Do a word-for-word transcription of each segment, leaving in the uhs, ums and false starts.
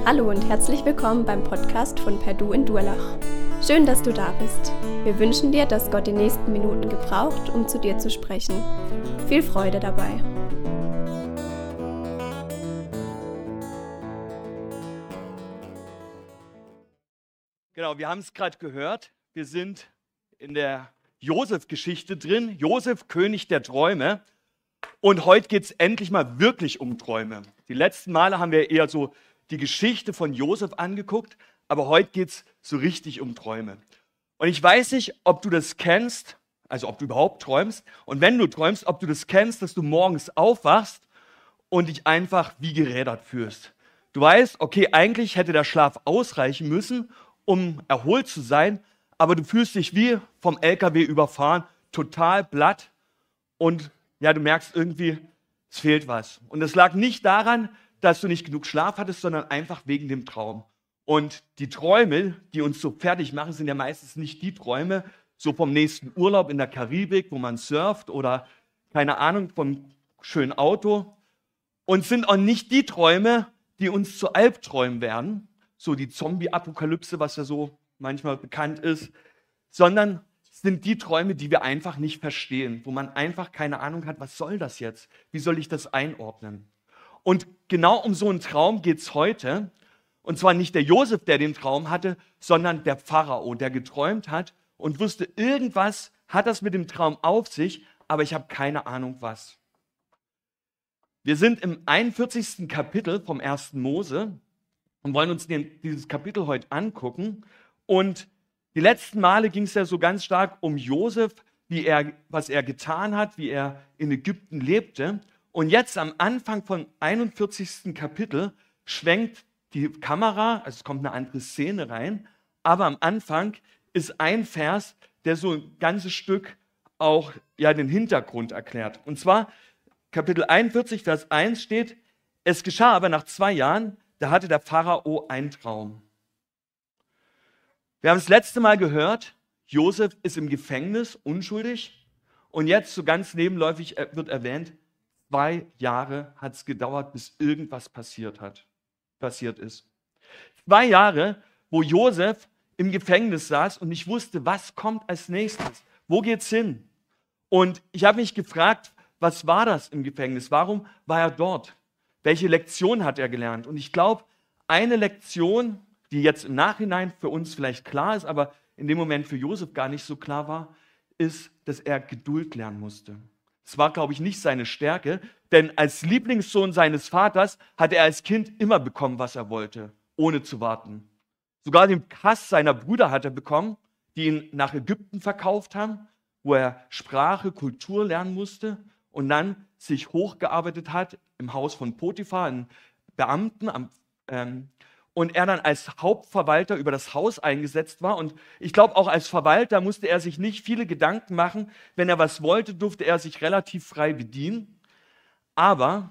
Hallo und herzlich willkommen beim Podcast von Perdu in Durlach. Schön, dass du da bist. Wir wünschen dir, dass Gott die nächsten Minuten gebraucht, um zu dir zu sprechen. Viel Freude dabei. Genau, wir haben es gerade gehört. Wir sind in der Josef-Geschichte drin. Josef, König der Träume. Und heute geht es endlich mal wirklich um Träume. Die letzten Male haben wir eher so die Geschichte von Josef angeguckt, aber heute geht es so richtig um Träume. Und ich weiß nicht, ob du das kennst, also ob du überhaupt träumst. Und wenn du träumst, ob du das kennst, dass du morgens aufwachst und dich einfach wie gerädert fühlst. Du weißt, okay, eigentlich hätte der Schlaf ausreichen müssen, um erholt zu sein, aber du fühlst dich wie vom L K W überfahren, total platt und ja, du merkst irgendwie, es fehlt was. Und es lag nicht daran, dass du nicht genug Schlaf hattest, sondern einfach wegen dem Traum. Und die Träume, die uns so fertig machen, sind ja meistens nicht die Träume, so vom nächsten Urlaub in der Karibik, wo man surft oder, keine Ahnung, vom schönen Auto. Und sind auch nicht die Träume, die uns zu Albträumen werden, so die Zombie-Apokalypse, was ja so manchmal bekannt ist, sondern sind die Träume, die wir einfach nicht verstehen, wo man einfach keine Ahnung hat, was soll das jetzt? Wie soll ich das einordnen? Und genau um so einen Traum geht es heute. Und zwar nicht der Josef, der den Traum hatte, sondern der Pharao, der geträumt hat und wusste, irgendwas hat das mit dem Traum auf sich, aber ich habe keine Ahnung was. Wir sind im einundvierzigsten Kapitel vom ersten Mose und wollen uns dieses Kapitel heute angucken. Und die letzten Male ging es ja so ganz stark um Josef, wie er, was er getan hat, wie er in Ägypten lebte. Und jetzt am Anfang vom einundvierzigsten Kapitel schwenkt die Kamera, also es kommt eine andere Szene rein, aber am Anfang ist ein Vers, der so ein ganzes Stück auch ja, den Hintergrund erklärt. Und zwar Kapitel einundvierzig, Vers eins steht, es geschah aber nach zwei Jahren, da hatte der Pharao einen Traum. Wir haben das letzte Mal gehört, Josef ist im Gefängnis, unschuldig. Und jetzt so ganz nebenläufig wird erwähnt, zwei Jahre hat es gedauert, bis irgendwas passiert hat, passiert ist. Zwei Jahre, wo Josef im Gefängnis saß und nicht wusste, was kommt als nächstes, wo geht's hin? Und ich habe mich gefragt, was war das im Gefängnis? Warum war er dort? Welche Lektion hat er gelernt? Und ich glaube, eine Lektion, die jetzt im Nachhinein für uns vielleicht klar ist, aber in dem Moment für Josef gar nicht so klar war, ist, dass er Geduld lernen musste. Das war, glaube ich, nicht seine Stärke, denn als Lieblingssohn seines Vaters hatte er als Kind immer bekommen, was er wollte, ohne zu warten. Sogar den Hass seiner Brüder hat er bekommen, die ihn nach Ägypten verkauft haben, wo er Sprache, Kultur lernen musste und dann sich hochgearbeitet hat im Haus von Potiphar, einem Beamten, am, ähm, und er dann als Hauptverwalter über das Haus eingesetzt war. Und ich glaube, auch als Verwalter musste er sich nicht viele Gedanken machen. Wenn er was wollte, durfte er sich relativ frei bedienen. Aber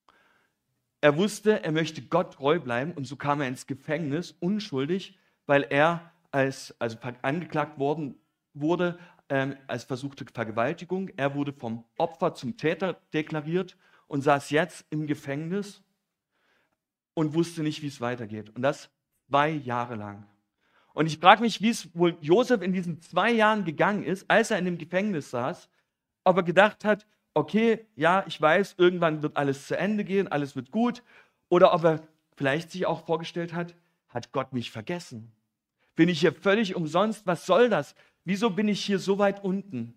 er wusste, er möchte Gott treu bleiben. Und so kam er ins Gefängnis, unschuldig, weil er als, also angeklagt worden wurde ähm, als versuchte Vergewaltigung. Er wurde vom Opfer zum Täter deklariert und saß jetzt im Gefängnis und wusste nicht, wie es weitergeht. Und das zwei Jahre lang. Und ich frage mich, wie es wohl Josef in diesen zwei Jahren gegangen ist, als er in dem Gefängnis saß, ob er gedacht hat, okay, ja, ich weiß, irgendwann wird alles zu Ende gehen, alles wird gut. Oder ob er vielleicht sich auch vorgestellt hat, hat Gott mich vergessen? Bin ich hier völlig umsonst? Was soll das? Wieso bin ich hier so weit unten?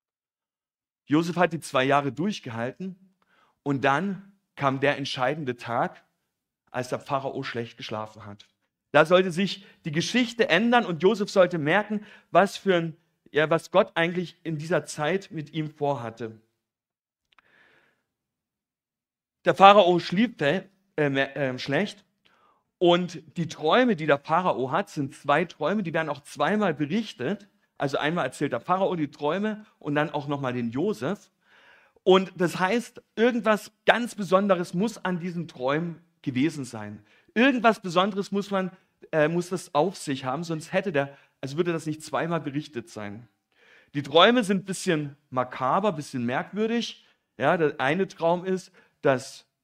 Josef hat die zwei Jahre durchgehalten und dann kam der entscheidende Tag, als der Pharao schlecht geschlafen hat. Da sollte sich die Geschichte ändern und Josef sollte merken, was, für ein, ja, was Gott eigentlich in dieser Zeit mit ihm vorhatte. Der Pharao schlief äh, äh, schlecht und die Träume, die der Pharao hat, sind zwei Träume, die werden auch zweimal berichtet. Also einmal erzählt der Pharao die Träume und dann auch nochmal den Josef. Und das heißt, irgendwas ganz Besonderes muss an diesen Träumen gewesen sein. Irgendwas Besonderes muss man, äh, muss das auf sich haben, sonst hätte der, also würde das nicht zweimal berichtet sein. Die Träume sind ein bisschen makaber, ein bisschen merkwürdig. Ja, der eine Traum ist, dass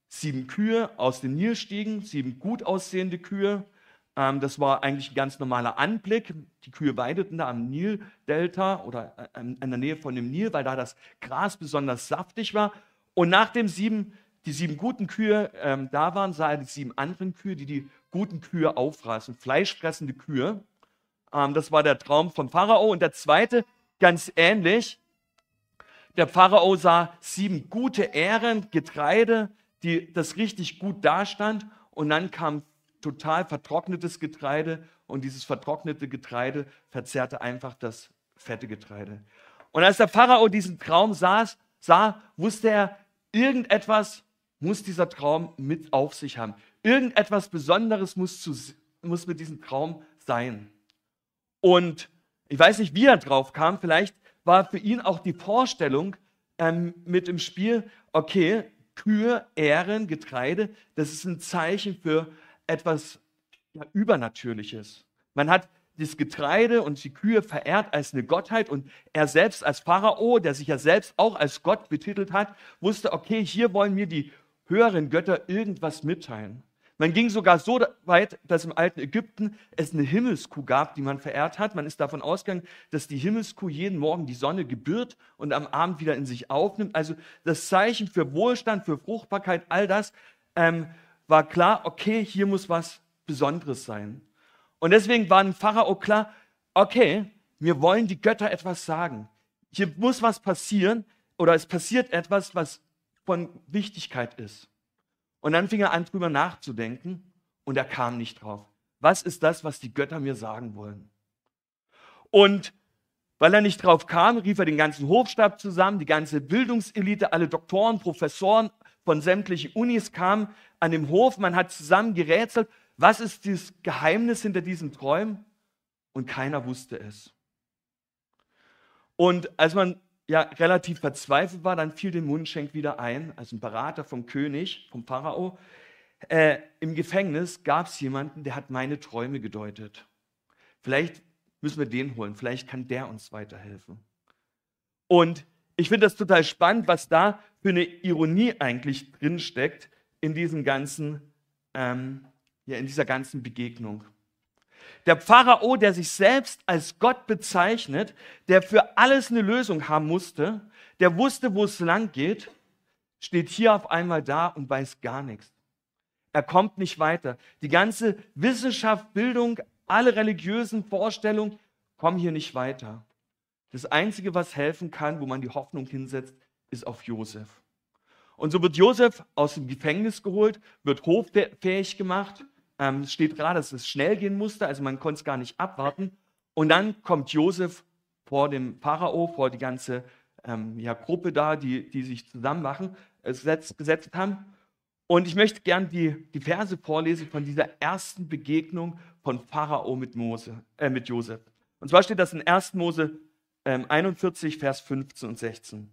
sieben Kühe aus dem Nil stiegen, sieben gut aussehende Kühe. Ähm, das war eigentlich ein ganz normaler Anblick. Die Kühe weideten da am Nildelta oder äh, in der Nähe von dem Nil, weil da das Gras besonders saftig war. Und nachdem sieben, die sieben guten Kühe ähm, da waren, sah er die sieben anderen Kühe, die die guten Kühe auffraßen, fleischfressende Kühe. Ähm, das war der Traum vom Pharao. Und der zweite, ganz ähnlich, der Pharao sah sieben gute Ähren, Getreide, die das richtig gut dastand. Und dann kam total vertrocknetes Getreide und dieses vertrocknete Getreide verzehrte einfach das fette Getreide. Und als der Pharao diesen Traum saß, sah, wusste er, irgendetwas muss dieser Traum mit auf sich haben. Irgendetwas Besonderes muss, zu, muss mit diesem Traum sein. Und ich weiß nicht, wie er drauf kam, vielleicht war für ihn auch die Vorstellung ähm, mit im Spiel, okay, Kühe, Ähren, Getreide, das ist ein Zeichen für etwas ja, Übernatürliches. Man hat das Getreide und die Kühe verehrt als eine Gottheit und er selbst als Pharao, der sich ja selbst auch als Gott betitelt hat, wusste, okay, hier wollen mir die höheren Götter irgendwas mitteilen. Man ging sogar so weit, dass im alten Ägypten es eine Himmelskuh gab, die man verehrt hat. Man ist davon ausgegangen, dass die Himmelskuh jeden Morgen die Sonne gebührt und am Abend wieder in sich aufnimmt. Also das Zeichen für Wohlstand, für Fruchtbarkeit, all das ähm, war klar, okay, hier muss was Besonderes sein. Und deswegen war dem Pharao klar, okay, wir wollen die Götter etwas sagen. Hier muss was passieren oder es passiert etwas, was von Wichtigkeit ist. Und dann fing er an, drüber nachzudenken und er kam nicht drauf. Was ist das, was die Götter mir sagen wollen? Und weil er nicht drauf kam, rief er den ganzen Hofstab zusammen, die ganze Bildungselite, alle Doktoren, Professoren von sämtlichen Unis kamen an dem Hof. Man hat zusammen gerätselt, was ist das Geheimnis hinter diesen Träumen? Und keiner wusste es. Und als man ja relativ verzweifelt war, dann fiel dem Mundschenk wieder ein, also ein Berater vom König, vom Pharao. Äh, Im Gefängnis gab es jemanden, der hat meine Träume gedeutet. Vielleicht müssen wir den holen, vielleicht kann der uns weiterhelfen. Und ich finde das total spannend, was da für eine Ironie eigentlich drinsteckt in diesem ganzen, ähm, ja, in dieser ganzen Begegnung. Der Pharao, der sich selbst als Gott bezeichnet, der für alles eine Lösung haben musste, der wusste, wo es lang geht, steht hier auf einmal da und weiß gar nichts. Er kommt nicht weiter. Die ganze Wissenschaft, Bildung, alle religiösen Vorstellungen kommen hier nicht weiter. Das Einzige, was helfen kann, wo man die Hoffnung hinsetzt, ist auf Josef. Und so wird Josef aus dem Gefängnis geholt, wird hoffähig gemacht. Ähm, es steht gerade, dass es schnell gehen musste, also man konnte es gar nicht abwarten. Und dann kommt Josef vor dem Pharao, vor die ganze ähm, ja, Gruppe da, die, die sich zusammen machen, äh, gesetzt, gesetzt haben. Und ich möchte gern die, die Verse vorlesen von dieser ersten Begegnung von Pharao mit, Mose, äh, mit Josef. Und zwar steht das in ersten Mose ähm, einundvierzig, Vers fünfzehn und sechzehn.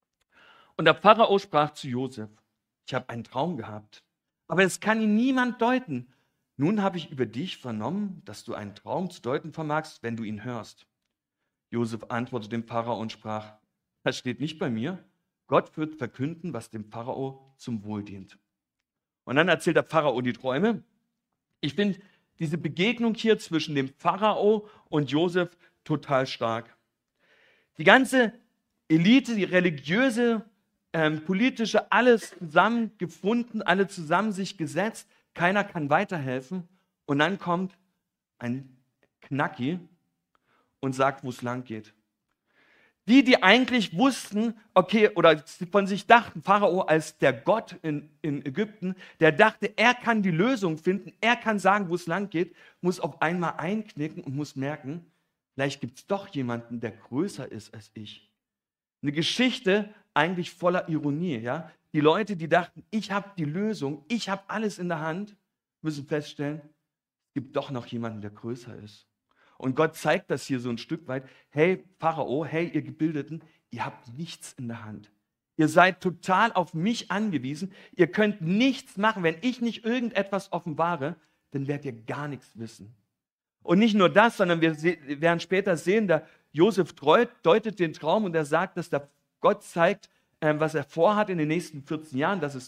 Und der Pharao sprach zu Josef: Ich habe einen Traum gehabt, aber es kann ihn niemand deuten. Nun habe ich über dich vernommen, dass du einen Traum zu deuten vermagst, wenn du ihn hörst. Josef antwortete dem Pharao und sprach: Das steht nicht bei mir. Gott wird verkünden, was dem Pharao zum Wohl dient. Und dann erzählt der Pharao die Träume. Ich finde diese Begegnung hier zwischen dem Pharao und Josef total stark. Die ganze Elite, die religiöse, ähm, politische, alles zusammengefunden, alle zusammen sich gesetzt. Keiner kann weiterhelfen. Und dann kommt ein Knacki und sagt, wo es lang geht. Die, die eigentlich wussten, okay, oder von sich dachten, Pharao als der Gott in, in Ägypten, der dachte, er kann die Lösung finden, er kann sagen, wo es lang geht, muss auf einmal einknicken und muss merken, vielleicht gibt es doch jemanden, der größer ist als ich. Eine Geschichte eigentlich voller Ironie. Ja? Die Leute, die dachten, ich habe die Lösung, ich habe alles in der Hand, müssen feststellen, es gibt doch noch jemanden, der größer ist. Und Gott zeigt das hier so ein Stück weit. Hey Pharao, hey ihr Gebildeten, ihr habt nichts in der Hand. Ihr seid total auf mich angewiesen. Ihr könnt nichts machen. Wenn ich nicht irgendetwas offenbare, dann werdet ihr gar nichts wissen. Und nicht nur das, sondern wir werden später sehen, der Josef deutet den Traum und er sagt, dass der Gott zeigt, was er vorhat in den nächsten vierzehn Jahren, dass es ein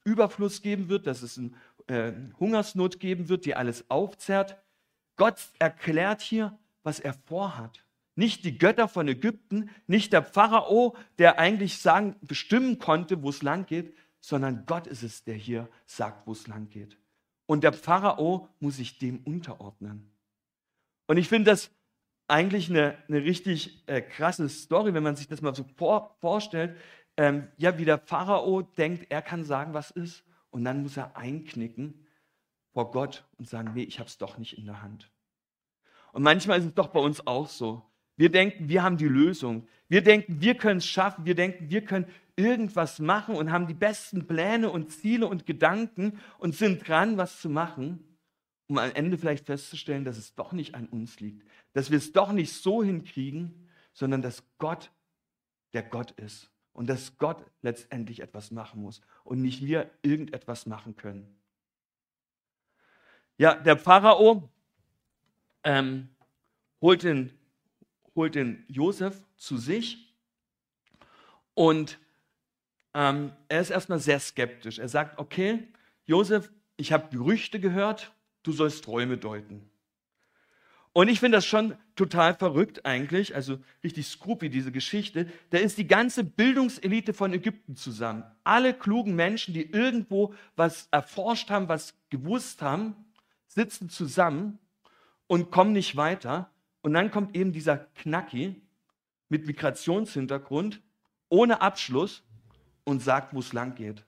Überfluss geben wird, dass es eine äh, Hungersnot geben wird, die alles aufzehrt. Gott erklärt hier, was er vorhat. Nicht die Götter von Ägypten, nicht der Pharao, der eigentlich sagen, bestimmen konnte, wo es lang geht, sondern Gott ist es, der hier sagt, wo es lang geht. Und der Pharao muss sich dem unterordnen. Und ich finde das eigentlich eine, eine richtig äh, krasse Story, wenn man sich das mal so vor, vorstellt, ähm, ja, wie der Pharao denkt, er kann sagen, was ist, und dann muss er einknicken vor Gott und sagen, nee, ich habe es doch nicht in der Hand. Und manchmal ist es doch bei uns auch so. Wir denken, wir haben die Lösung. Wir denken, wir können es schaffen. Wir denken, wir können irgendwas machen und haben die besten Pläne und Ziele und Gedanken und sind dran, was zu machen, um am Ende vielleicht festzustellen, dass es doch nicht an uns liegt, dass wir es doch nicht so hinkriegen, sondern dass Gott der Gott ist und dass Gott letztendlich etwas machen muss und nicht wir irgendetwas machen können. Ja, der Pharao ähm, holt, den, holt den Josef zu sich und ähm, er ist erstmal sehr skeptisch. Er sagt, okay, Josef, ich habe Gerüchte gehört, du sollst Träume deuten. Und ich finde das schon total verrückt eigentlich, also richtig scroopy, diese Geschichte. Da ist die ganze Bildungselite von Ägypten zusammen. Alle klugen Menschen, die irgendwo was erforscht haben, was gewusst haben, sitzen zusammen und kommen nicht weiter. Und dann kommt eben dieser Knacki mit Migrationshintergrund, ohne Abschluss und sagt, wo es lang geht.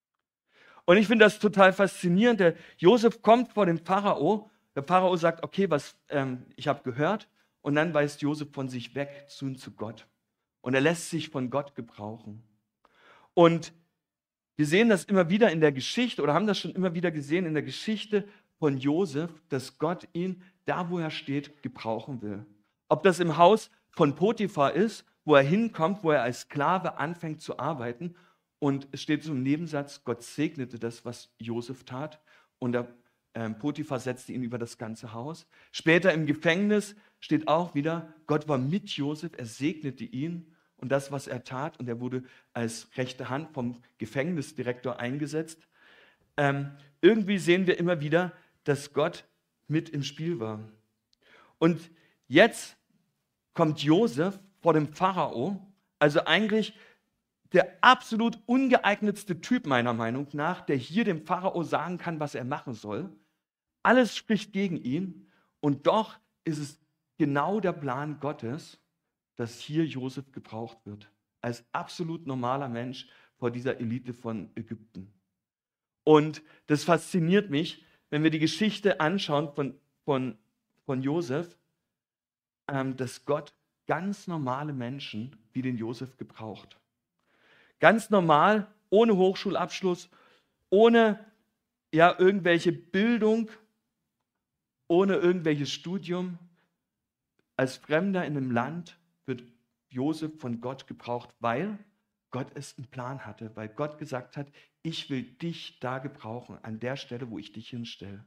Und ich finde das total faszinierend. Der Josef kommt vor dem Pharao. Der Pharao sagt, okay, was ähm, ich habe gehört. Und dann weist Josef von sich weg zu, zu Gott. Und er lässt sich von Gott gebrauchen. Und wir sehen das immer wieder in der Geschichte oder haben das schon immer wieder gesehen in der Geschichte von Josef, dass Gott ihn da, wo er steht, gebrauchen will. Ob das im Haus von Potiphar ist, wo er hinkommt, wo er als Sklave anfängt zu arbeiten. Und es steht so im Nebensatz, Gott segnete das, was Josef tat. Und der ähm, Potiphar setzte ihn über das ganze Haus. Später im Gefängnis steht auch wieder, Gott war mit Josef, er segnete ihn und das, was er tat. Und er wurde als rechte Hand vom Gefängnisdirektor eingesetzt. Ähm, irgendwie sehen wir immer wieder, dass Gott mit im Spiel war. Und jetzt kommt Josef vor dem Pharao, also eigentlich der absolut ungeeignetste Typ meiner Meinung nach, der hier dem Pharao sagen kann, was er machen soll. Alles spricht gegen ihn und doch ist es genau der Plan Gottes, dass hier Josef gebraucht wird, als absolut normaler Mensch vor dieser Elite von Ägypten. Und das fasziniert mich, wenn wir die Geschichte anschauen von, von, von Josef, ähm, dass Gott ganz normale Menschen wie den Josef gebraucht. Ganz normal, ohne Hochschulabschluss, ohne ja, irgendwelche Bildung, ohne irgendwelches Studium. Als Fremder in einem Land wird Josef von Gott gebraucht, weil Gott es einen Plan hatte, weil Gott gesagt hat, ich will dich da gebrauchen, an der Stelle, wo ich dich hinstelle.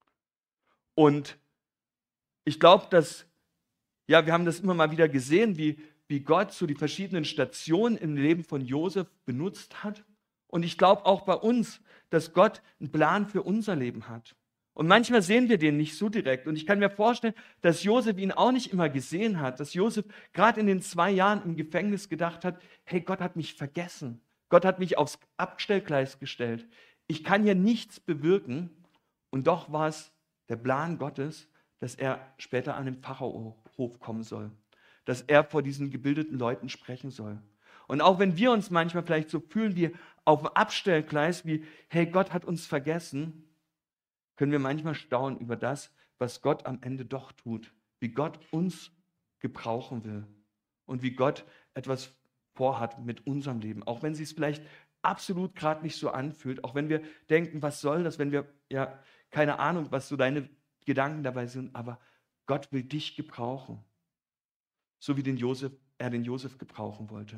Und ich glaube, dass, ja, wir haben das immer mal wieder gesehen, wie wie Gott so die verschiedenen Stationen im Leben von Josef benutzt hat. Und ich glaube auch bei uns, dass Gott einen Plan für unser Leben hat. Und manchmal sehen wir den nicht so direkt. Und ich kann mir vorstellen, dass Josef ihn auch nicht immer gesehen hat, dass Josef gerade in den zwei Jahren im Gefängnis gedacht hat, hey, Gott hat mich vergessen. Gott hat mich aufs Abstellgleis gestellt. Ich kann hier nichts bewirken. Und doch war es der Plan Gottes, dass er später an den Pharao-Hof kommen soll. Dass er vor diesen gebildeten Leuten sprechen soll. Und auch wenn wir uns manchmal vielleicht so fühlen wie auf dem Abstellgleis, wie, hey, Gott hat uns vergessen, können wir manchmal staunen über das, was Gott am Ende doch tut. Wie Gott uns gebrauchen will. Und wie Gott etwas vorhat mit unserem Leben. Auch wenn es sich vielleicht absolut gerade nicht so anfühlt. Auch wenn wir denken, was soll das, wenn wir, ja, keine Ahnung, was so deine Gedanken dabei sind. Aber Gott will dich gebrauchen. So wie den Josef, er den Josef gebrauchen wollte.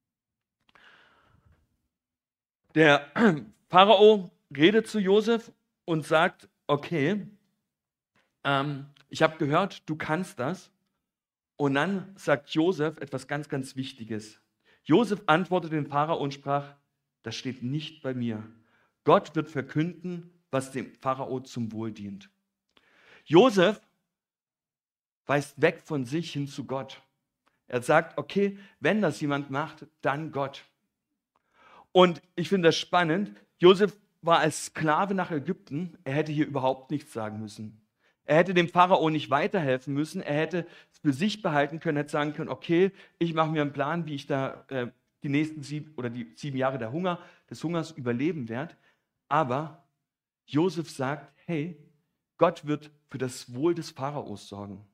Der Pharao redet zu Josef und sagt, okay, ähm, ich habe gehört, du kannst das. Und dann sagt Josef etwas ganz, ganz Wichtiges. Josef antwortete den Pharao und sprach, das steht nicht bei mir. Gott wird verkünden, was dem Pharao zum Wohl dient. Josef weist weg von sich hin zu Gott. Er sagt, okay, wenn das jemand macht, dann Gott. Und ich finde das spannend. Josef war als Sklave nach Ägypten. Er hätte hier überhaupt nichts sagen müssen. Er hätte dem Pharao nicht weiterhelfen müssen. Er hätte es für sich behalten können, hätte sagen können, okay, ich mache mir einen Plan, wie ich da äh, die nächsten sieben oder die sieben Jahre der Hunger, des Hungers überleben werde. Aber Josef sagt, hey, Gott wird für das Wohl des Pharaos sorgen.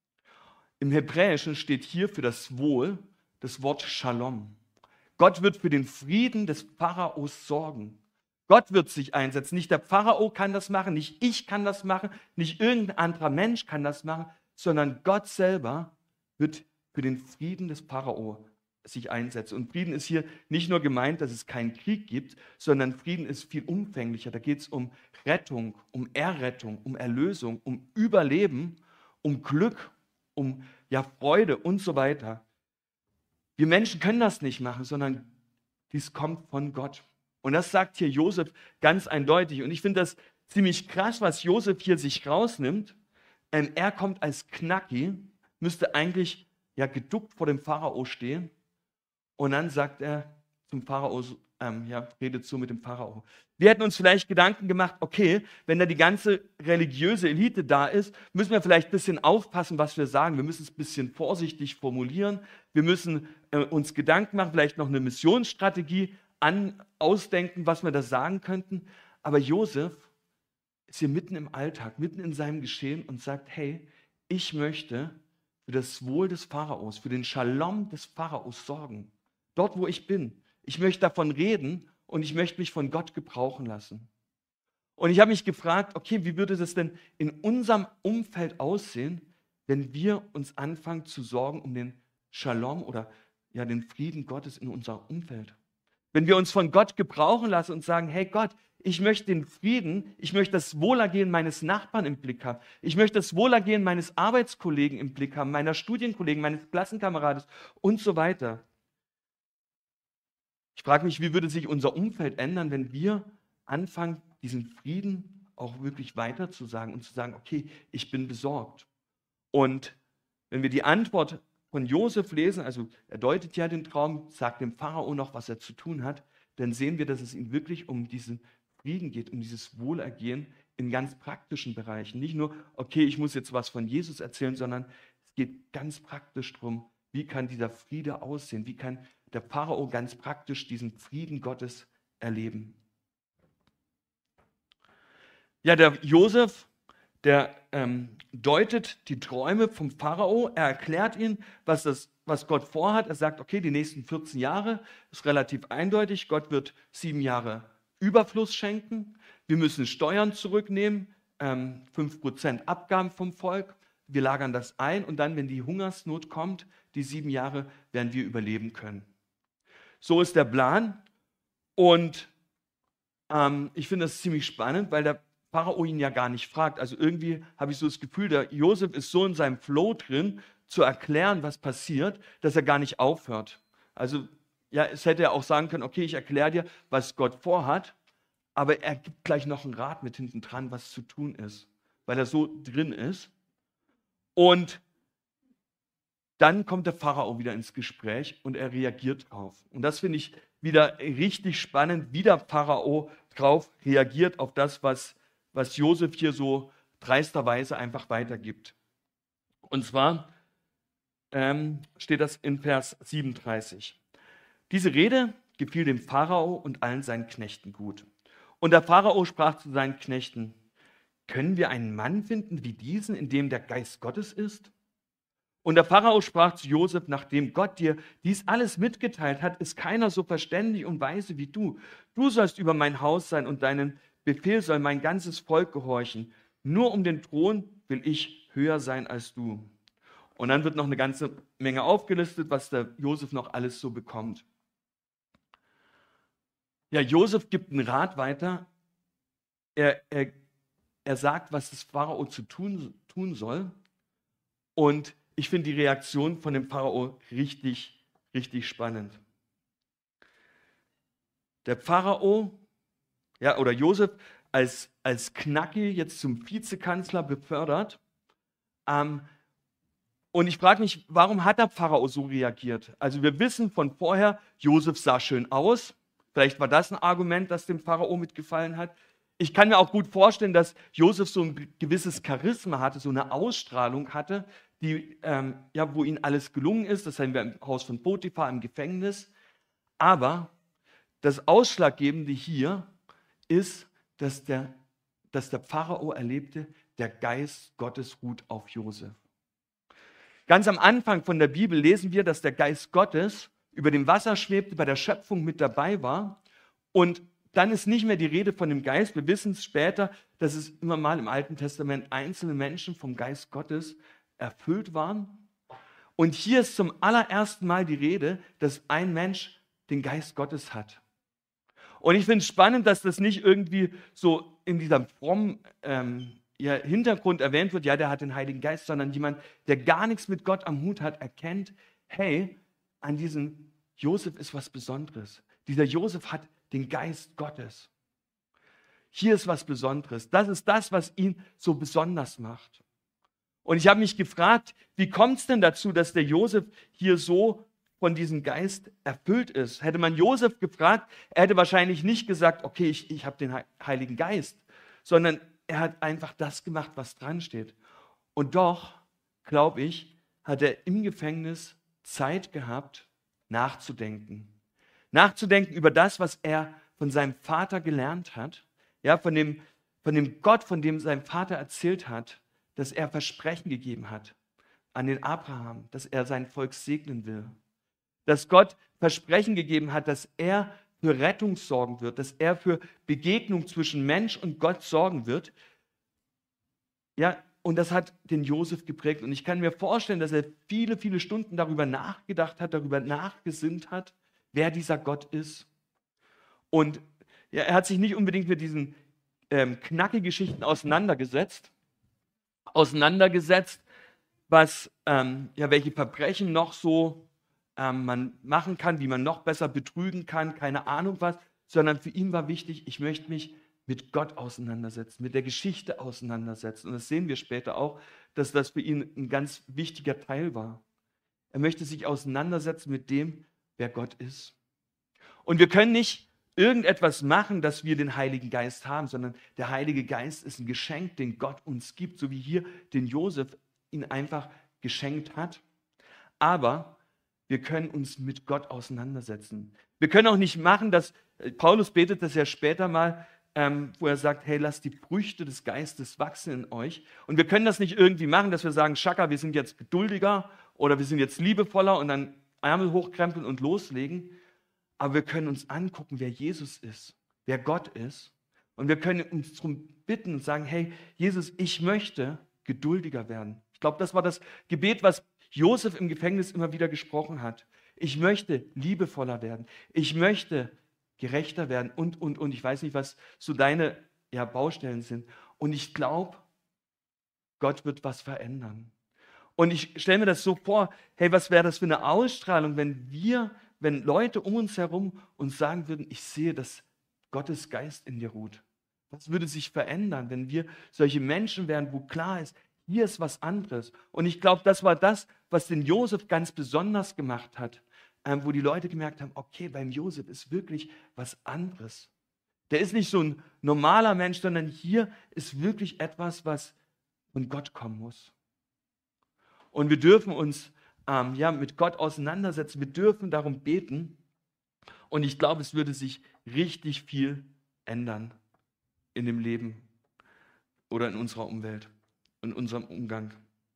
Im Hebräischen steht hier für das Wohl das Wort Shalom. Gott wird für den Frieden des Pharaos sorgen. Gott wird sich einsetzen. Nicht der Pharao kann das machen, nicht ich kann das machen, nicht irgendein anderer Mensch kann das machen, sondern Gott selber wird für den Frieden des Pharao sich einsetzen. Und Frieden ist hier nicht nur gemeint, dass es keinen Krieg gibt, sondern Frieden ist viel umfänglicher. Da geht es um Rettung, um Errettung, um Erlösung, um Überleben, um Glück, um ja, Freude und so weiter. Wir Menschen können das nicht machen, sondern dies kommt von Gott. Und das sagt hier Josef ganz eindeutig. Und ich finde das ziemlich krass, was Josef hier sich rausnimmt. Ähm, er kommt als Knacki, müsste eigentlich ja geduckt vor dem Pharao stehen. Und dann sagt er zum Pharao, ähm, ja, redet so mit dem Pharao. Wir hätten uns vielleicht Gedanken gemacht, okay, wenn da die ganze religiöse Elite da ist, müssen wir vielleicht ein bisschen aufpassen, was wir sagen. Wir müssen es ein bisschen vorsichtig formulieren. Wir müssen äh, uns Gedanken machen, vielleicht noch eine Missionsstrategie an, ausdenken, was wir da sagen könnten. Aber Josef ist hier mitten im Alltag, mitten in seinem Geschehen und sagt, hey, ich möchte für das Wohl des Pharaos, für den Shalom des Pharaos sorgen. Dort, wo ich bin. Ich möchte davon reden und ich möchte mich von Gott gebrauchen lassen. Und ich habe mich gefragt, okay, wie würde das denn in unserem Umfeld aussehen, wenn wir uns anfangen zu sorgen um den Shalom oder ja, den Frieden Gottes in unserem Umfeld? Wenn wir uns von Gott gebrauchen lassen und sagen, hey Gott, ich möchte den Frieden, ich möchte das Wohlergehen meines Nachbarn im Blick haben. Ich möchte das Wohlergehen meines Arbeitskollegen im Blick haben, meiner Studienkollegen, meines Klassenkamerads und so weiter. Ich frage mich, wie würde sich unser Umfeld ändern, wenn wir anfangen, diesen Frieden auch wirklich weiterzusagen und zu sagen, okay, ich bin besorgt. Und wenn wir die Antwort von Josef lesen, also er deutet ja den Traum, sagt dem Pharao noch, was er zu tun hat, dann sehen wir, dass es ihm wirklich um diesen Frieden geht, um dieses Wohlergehen in ganz praktischen Bereichen. Nicht nur, okay, ich muss jetzt was von Jesus erzählen, sondern es geht ganz praktisch darum, wie kann dieser Friede aussehen, wie kann der Pharao ganz praktisch diesen Frieden Gottes erleben. Ja, der Josef, der ähm, deutet die Träume vom Pharao, er erklärt ihnen, was, das, was Gott vorhat. Er sagt, okay, die nächsten vierzehn Jahre ist relativ eindeutig. Gott wird sieben Jahre Überfluss schenken. Wir müssen Steuern zurücknehmen, ähm, fünf Prozent Abgaben vom Volk. Wir lagern das ein und dann, wenn die Hungersnot kommt, die sieben Jahre, werden wir überleben können. So ist der Plan. Und ähm, ich finde das ziemlich spannend, weil der Pharao ihn ja gar nicht fragt. Also irgendwie habe ich so das Gefühl, der Josef ist so in seinem Flow drin, zu erklären, was passiert, dass er gar nicht aufhört. Also ja, es hätte er auch sagen können, okay, ich erkläre dir, was Gott vorhat, aber er gibt gleich noch einen Rat mit hinten dran, was zu tun ist, weil er so drin ist. Und dann kommt der Pharao wieder ins Gespräch und er reagiert drauf. Und das finde ich wieder richtig spannend, wie der Pharao drauf reagiert, auf das, was, was Josef hier so dreisterweise einfach weitergibt. Und zwar ähm, steht das in Vers siebenunddreißig. Diese Rede gefiel dem Pharao und allen seinen Knechten gut. Und der Pharao sprach zu seinen Knechten, können wir einen Mann finden wie diesen, in dem der Geist Gottes ist? Und der Pharao sprach zu Josef, nachdem Gott dir dies alles mitgeteilt hat, ist keiner so verständig und weise wie du. Du sollst über mein Haus sein und deinen Befehl soll mein ganzes Volk gehorchen. Nur um den Thron will ich höher sein als du. Und dann wird noch eine ganze Menge aufgelistet, was der Josef noch alles so bekommt. Ja, Josef gibt einen Rat weiter. Er, er, er sagt, was das Pharao zu tun, tun soll. Und ich finde die Reaktion von dem Pharao richtig, richtig spannend. Der Pharao ja, oder Josef als, als Knacki jetzt zum Vizekanzler befördert. Ähm, und ich frage mich, warum hat der Pharao so reagiert? Also wir wissen von vorher, Josef sah schön aus. Vielleicht war das ein Argument, das dem Pharao mitgefallen hat. Ich kann mir auch gut vorstellen, dass Josef so ein gewisses Charisma hatte, so eine Ausstrahlung hatte, die, ähm, ja, wo ihm alles gelungen ist. Das sehen wir im Haus von Potiphar, im Gefängnis. Aber das Ausschlaggebende hier ist, dass der, dass der Pharao erlebte, der Geist Gottes ruht auf Josef. Ganz am Anfang von der Bibel lesen wir, dass der Geist Gottes über dem Wasser schwebte, bei der Schöpfung mit dabei war. Und dann ist nicht mehr die Rede von dem Geist. Wir wissen es später, dass es immer mal im Alten Testament einzelne Menschen vom Geist Gottes erfüllt waren. Und hier ist zum allerersten Mal die Rede, dass ein Mensch den Geist Gottes hat. Und ich finde es spannend, dass das nicht irgendwie so in diesem frommen ähm, ja, Hintergrund erwähnt wird, ja, der hat den Heiligen Geist, sondern jemand, der gar nichts mit Gott am Hut hat, erkennt, hey, an diesem Josef ist was Besonderes. Dieser Josef hat den Geist Gottes. Hier ist was Besonderes. Das ist das, was ihn so besonders macht. Und ich habe mich gefragt, wie kommt es denn dazu, dass der Josef hier so von diesem Geist erfüllt ist? Hätte man Josef gefragt, er hätte wahrscheinlich nicht gesagt, okay, ich, ich habe den Heiligen Geist, sondern er hat einfach das gemacht, was dran steht. Und doch, glaube ich, hat er im Gefängnis Zeit gehabt, nachzudenken. Nachzudenken über das, was er von seinem Vater gelernt hat, ja, von dem, von dem Gott, von dem sein Vater erzählt hat, dass er Versprechen gegeben hat an den Abraham, dass er sein Volk segnen will. Dass Gott Versprechen gegeben hat, dass er für Rettung sorgen wird, dass er für Begegnung zwischen Mensch und Gott sorgen wird. Ja, und das hat den Josef geprägt. Und ich kann mir vorstellen, dass er viele, viele Stunden darüber nachgedacht hat, darüber nachgesinnt hat, wer dieser Gott ist. Und ja, er hat sich nicht unbedingt mit diesen ähm, Knacke-Geschichten auseinandergesetzt, auseinandergesetzt, was, ähm, ja, welche Verbrechen noch so ähm, man machen kann, wie man noch besser betrügen kann, keine Ahnung was, sondern für ihn war wichtig, ich möchte mich mit Gott auseinandersetzen, mit der Geschichte auseinandersetzen. Und das sehen wir später auch, dass das für ihn ein ganz wichtiger Teil war. Er möchte sich auseinandersetzen mit dem, wer Gott ist. Und wir können nicht irgendetwas machen, dass wir den Heiligen Geist haben, sondern der Heilige Geist ist ein Geschenk, den Gott uns gibt, so wie hier den Josef ihn einfach geschenkt hat. Aber wir können uns mit Gott auseinandersetzen. Wir können auch nicht machen, dass, Paulus betet das ja später mal, ähm, wo er sagt, hey, lasst die Früchte des Geistes wachsen in euch. Und wir können das nicht irgendwie machen, dass wir sagen, Schaka, wir sind jetzt geduldiger oder wir sind jetzt liebevoller und dann Ärmel hochkrempeln und loslegen. Aber wir können uns angucken, wer Jesus ist, wer Gott ist. Und wir können uns darum bitten und sagen, hey, Jesus, ich möchte geduldiger werden. Ich glaube, das war das Gebet, was Josef im Gefängnis immer wieder gesprochen hat. Ich möchte liebevoller werden. Ich möchte gerechter werden und, und, und. Ich weiß nicht, was so deine ja, Baustellen sind. Und ich glaube, Gott wird was verändern. Und ich stelle mir das so vor, hey, was wäre das für eine Ausstrahlung, wenn wir, wenn Leute um uns herum uns sagen würden, ich sehe, dass Gottes Geist in dir ruht. Was würde sich verändern, wenn wir solche Menschen wären, wo klar ist, hier ist was anderes. Und ich glaube, das war das, was den Josef ganz besonders gemacht hat, ähm, wo die Leute gemerkt haben, okay, beim Josef ist wirklich was anderes. Der ist nicht so ein normaler Mensch, sondern hier ist wirklich etwas, was von Gott kommen muss. Und wir dürfen uns ähm, ja, mit Gott auseinandersetzen, wir dürfen darum beten. Und ich glaube, es würde sich richtig viel ändern in dem Leben oder in unserer Umwelt, in unserem Umgang.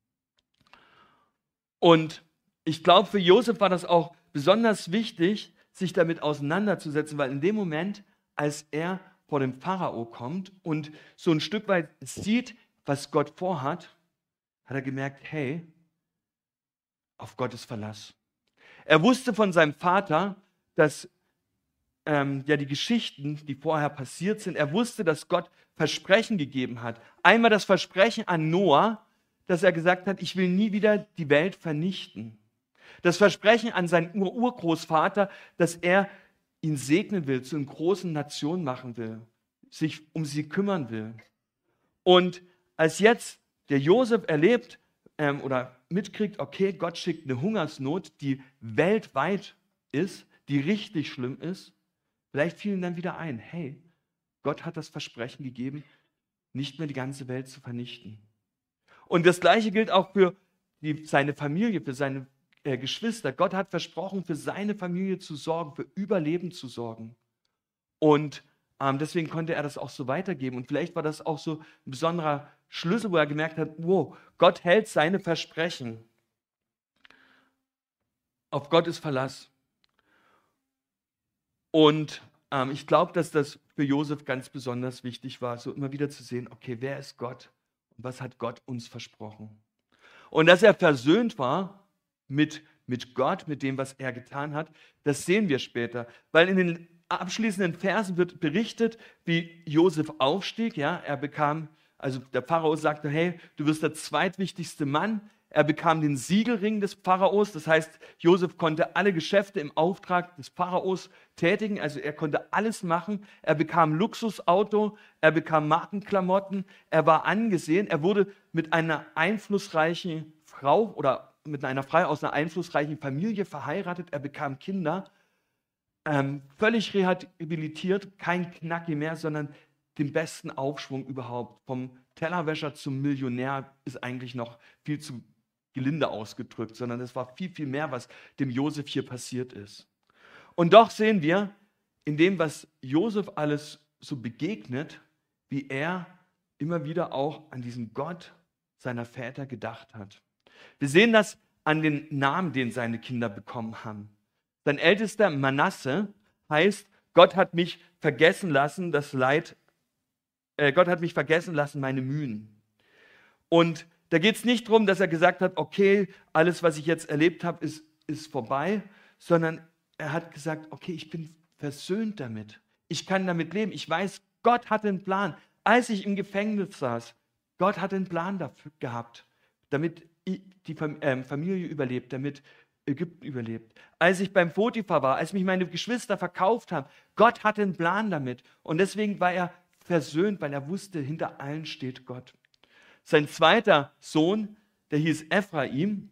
Und ich glaube, für Josef war das auch besonders wichtig, sich damit auseinanderzusetzen, weil in dem Moment, als er vor dem Pharao kommt und so ein Stück weit sieht, was Gott vorhat, hat er gemerkt, hey, auf Gottes Verlass. Er wusste von seinem Vater, dass ähm, ja die Geschichten, die vorher passiert sind, er wusste, dass Gott Versprechen gegeben hat. Einmal das Versprechen an Noah, dass er gesagt hat, ich will nie wieder die Welt vernichten. Das Versprechen an seinen Ur-Urgroßvater, dass er ihn segnen will, zu einer großen Nation machen will. sich um sie kümmern will. Und als jetzt der Josef erlebt ähm, oder mitkriegt, okay, Gott schickt eine Hungersnot, die weltweit ist, die richtig schlimm ist, vielleicht fiel ihm dann wieder ein, hey, Gott hat das Versprechen gegeben, nicht mehr die ganze Welt zu vernichten. Und das Gleiche gilt auch für die, seine Familie, für seine äh, Geschwister. Gott hat versprochen, für seine Familie zu sorgen, für Überleben zu sorgen. Und ähm, deswegen konnte er das auch so weitergeben. Und vielleicht war das auch so ein besonderer Schlüssel, wo er gemerkt hat, wow, Gott hält seine Versprechen. Auf Gott ist Verlass. Und ähm, ich glaube, dass das für Josef ganz besonders wichtig war, so immer wieder zu sehen, okay, wer ist Gott und was hat Gott uns versprochen? Und dass er versöhnt war mit, mit Gott, mit dem, was er getan hat, das sehen wir später. Weil in den abschließenden Versen wird berichtet, wie Josef aufstieg. Ja, er bekam, also der Pharao sagte, hey, du wirst der zweitwichtigste Mann. Er bekam den Siegelring des Pharaos. Das heißt, Josef konnte alle Geschäfte im Auftrag des Pharaos tätigen. Also er konnte alles machen. Er bekam Luxusauto, er bekam Markenklamotten. Er war angesehen. Er wurde mit einer einflussreichen Frau oder mit einer Frau aus einer einflussreichen Familie verheiratet. Er bekam Kinder. Ähm, völlig rehabilitiert, kein Knacki mehr, sondern den besten Aufschwung überhaupt. Vom Tellerwäscher zum Millionär ist eigentlich noch viel zu gelinde ausgedrückt, sondern es war viel, viel mehr, was dem Josef hier passiert ist. Und doch sehen wir, in dem, was Josef alles so begegnet, wie er immer wieder auch an diesen Gott seiner Väter gedacht hat. Wir sehen das an den Namen, den seine Kinder bekommen haben. Sein ältester Manasse heißt, Gott hat mich vergessen lassen, das Leid, äh, Gott hat mich vergessen lassen, meine Mühen. Und da geht es nicht darum, dass er gesagt hat, okay, alles, was ich jetzt erlebt habe, ist, ist vorbei, sondern er hat gesagt, okay, ich bin versöhnt damit. Ich kann damit leben. Ich weiß, Gott hatte einen Plan. Als ich im Gefängnis saß, Gott hatte einen Plan dafür gehabt, damit die Familie überlebt, damit Ägypten überlebt. Als ich beim Potiphar war, als mich meine Geschwister verkauft haben, Gott hatte einen Plan damit. Und deswegen war er versöhnt, weil er wusste, hinter allen steht Gott. Sein zweiter Sohn, der hieß Ephraim.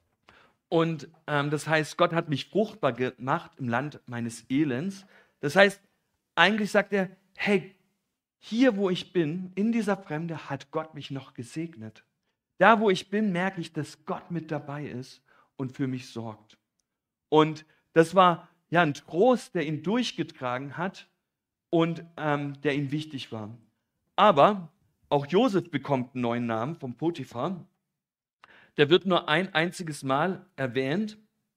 Und ähm, das heißt, Gott hat mich fruchtbar gemacht im Land meines Elends. Das heißt, eigentlich sagt er, hey, hier wo ich bin, in dieser Fremde, hat Gott mich noch gesegnet. Da wo ich bin, merke ich, dass Gott mit dabei ist und für mich sorgt. Und das war ja ein Trost, der ihn durchgetragen hat und ähm, der ihm wichtig war. Aber auch Josef bekommt einen neuen Namen vom Potiphar. Der wird nur ein einziges Mal erwähnt.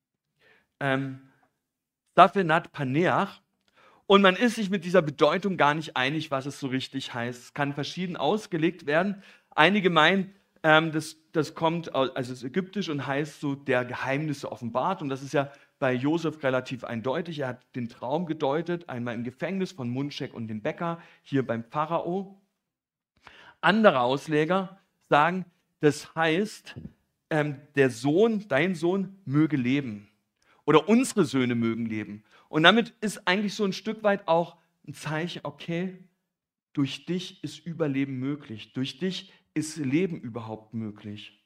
Ähm, Zaphenat Paneach. Und man ist sich mit dieser Bedeutung gar nicht einig, was es so richtig heißt. Es kann verschieden ausgelegt werden. Einige meinen, ähm, das, das kommt aus, also es ist ägyptisch und heißt so, der Geheimnisse offenbart. Und das ist ja bei Josef relativ eindeutig. Er hat den Traum gedeutet, einmal im Gefängnis von Mundschek und dem Bäcker, hier beim Pharao. Andere Ausleger sagen, das heißt, ähm, der Sohn, dein Sohn, möge leben. Oder unsere Söhne mögen leben. Und damit ist eigentlich so ein Stück weit auch ein Zeichen, okay, durch dich ist Überleben möglich. Durch dich ist Leben überhaupt möglich.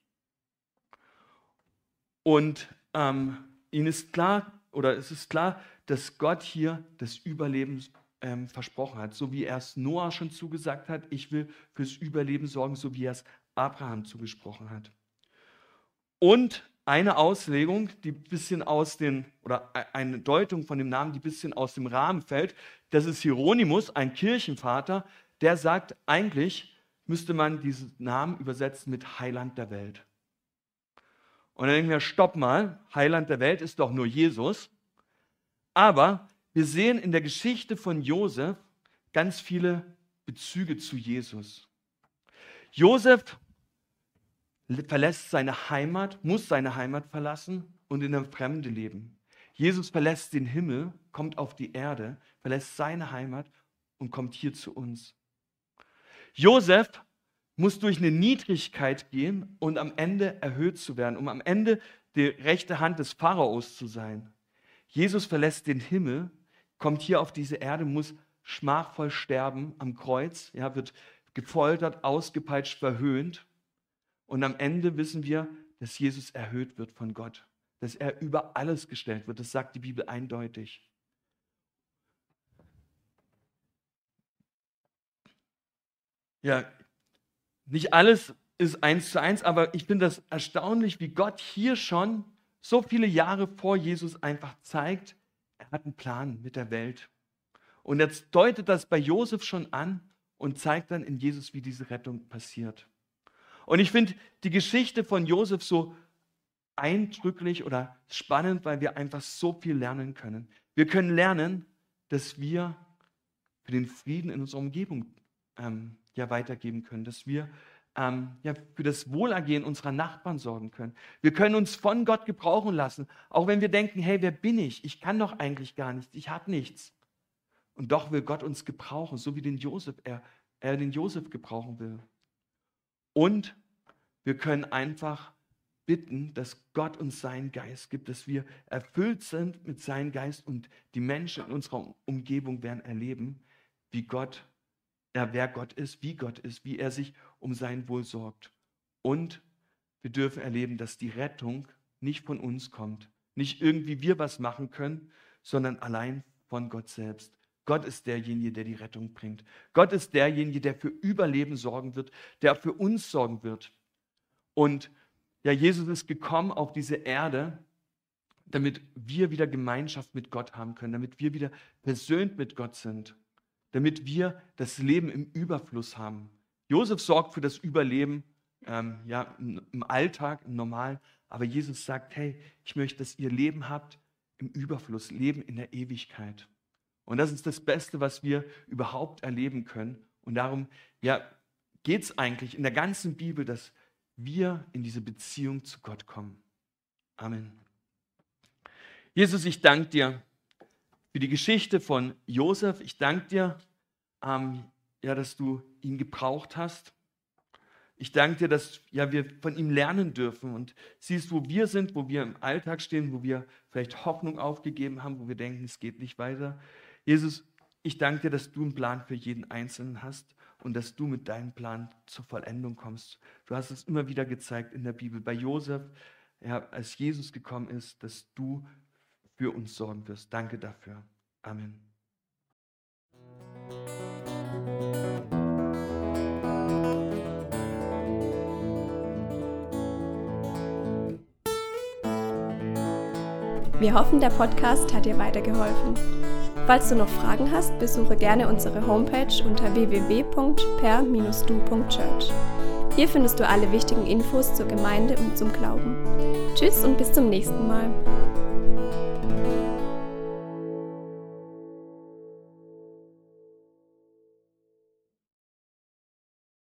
Und ähm, ihnen ist klar, oder es ist klar, dass Gott hier das Überleben ähm, versprochen hat. So wie er es Noah schon zugesagt hat, ich will fürs Überleben sorgen, so wie er es Abraham zugesprochen hat. Und eine Auslegung, die ein bisschen aus den, oder eine Deutung von dem Namen, die ein bisschen aus dem Rahmen fällt, das ist Hieronymus, ein Kirchenvater, der sagt, eigentlich müsste man diesen Namen übersetzen mit Heiland der Welt. Und dann denken wir, stopp mal, Heiland der Welt ist doch nur Jesus. Aber wir sehen in der Geschichte von Josef ganz viele Bezüge zu Jesus. Josef verlässt seine Heimat, muss seine Heimat verlassen und in der Fremde leben. Jesus verlässt den Himmel, kommt auf die Erde, verlässt seine Heimat und kommt hier zu uns. Josef muss durch eine Niedrigkeit gehen und am Ende erhöht zu werden, um am Ende die rechte Hand des Pharaos zu sein. Jesus verlässt den Himmel, kommt hier auf diese Erde, muss schmachvoll sterben am Kreuz, ja, wird gefoltert, ausgepeitscht, verhöhnt. Und am Ende wissen wir, dass Jesus erhöht wird von Gott, dass er über alles gestellt wird. Das sagt die Bibel eindeutig. Ja, nicht alles ist eins zu eins, aber ich finde das erstaunlich, wie Gott hier schon so viele Jahre vor Jesus einfach zeigt, er hat einen Plan mit der Welt. Und jetzt deutet das bei Josef schon an und zeigt dann in Jesus, wie diese Rettung passiert. Und ich finde die Geschichte von Josef so eindrücklich oder spannend, weil wir einfach so viel lernen können. Wir können lernen, dass wir für den Frieden in unserer Umgebung ähm, ja weitergeben können, dass wir ähm, ja, für das Wohlergehen unserer Nachbarn sorgen können. Wir können uns von Gott gebrauchen lassen, auch wenn wir denken, hey, wer bin ich? Ich kann doch eigentlich gar nichts, ich habe nichts. Und doch will Gott uns gebrauchen, so wie den Josef, er, er den Josef gebrauchen will. Und wir können einfach bitten, dass Gott uns seinen Geist gibt, dass wir erfüllt sind mit seinem Geist und die Menschen in unserer Umgebung werden erleben, wie Gott, ja, wer Gott ist, wie Gott ist, wie er sich um sein Wohl sorgt. Und wir dürfen erleben, dass die Rettung nicht von uns kommt, nicht irgendwie wir was machen können, sondern allein von Gott selbst. Gott ist derjenige, der die Rettung bringt. Gott ist derjenige, der für Überleben sorgen wird, der für uns sorgen wird. Und ja, Jesus ist gekommen auf diese Erde, damit wir wieder Gemeinschaft mit Gott haben können, damit wir wieder versöhnt mit Gott sind, damit wir das Leben im Überfluss haben. Josef sorgt für das Überleben ähm, ja, im Alltag, im Normalen, aber Jesus sagt, hey, ich möchte, dass ihr Leben habt im Überfluss, Leben in der Ewigkeit. Und das ist das Beste, was wir überhaupt erleben können. Und darum ja, geht es eigentlich in der ganzen Bibel, dass wir in diese Beziehung zu Gott kommen. Amen. Jesus, ich danke dir für die Geschichte von Josef. Ich danke dir, ähm, ja, dass du ihn gebraucht hast. Ich danke dir, dass ja, wir von ihm lernen dürfen und siehst, wo wir sind, wo wir im Alltag stehen, wo wir vielleicht Hoffnung aufgegeben haben, wo wir denken, es geht nicht weiter. Jesus, ich danke dir, dass du einen Plan für jeden Einzelnen hast und dass du mit deinem Plan zur Vollendung kommst. Du hast es immer wieder gezeigt in der Bibel. Bei Josef, ja, als Jesus gekommen ist, dass du für uns sorgen wirst. Danke dafür. Amen. Wir hoffen, der Podcast hat dir weitergeholfen. Falls du noch Fragen hast, besuche gerne unsere Homepage unter w w w punkt per Bindestrich du punkt church. Hier findest du alle wichtigen Infos zur Gemeinde und zum Glauben. Tschüss und bis zum nächsten Mal.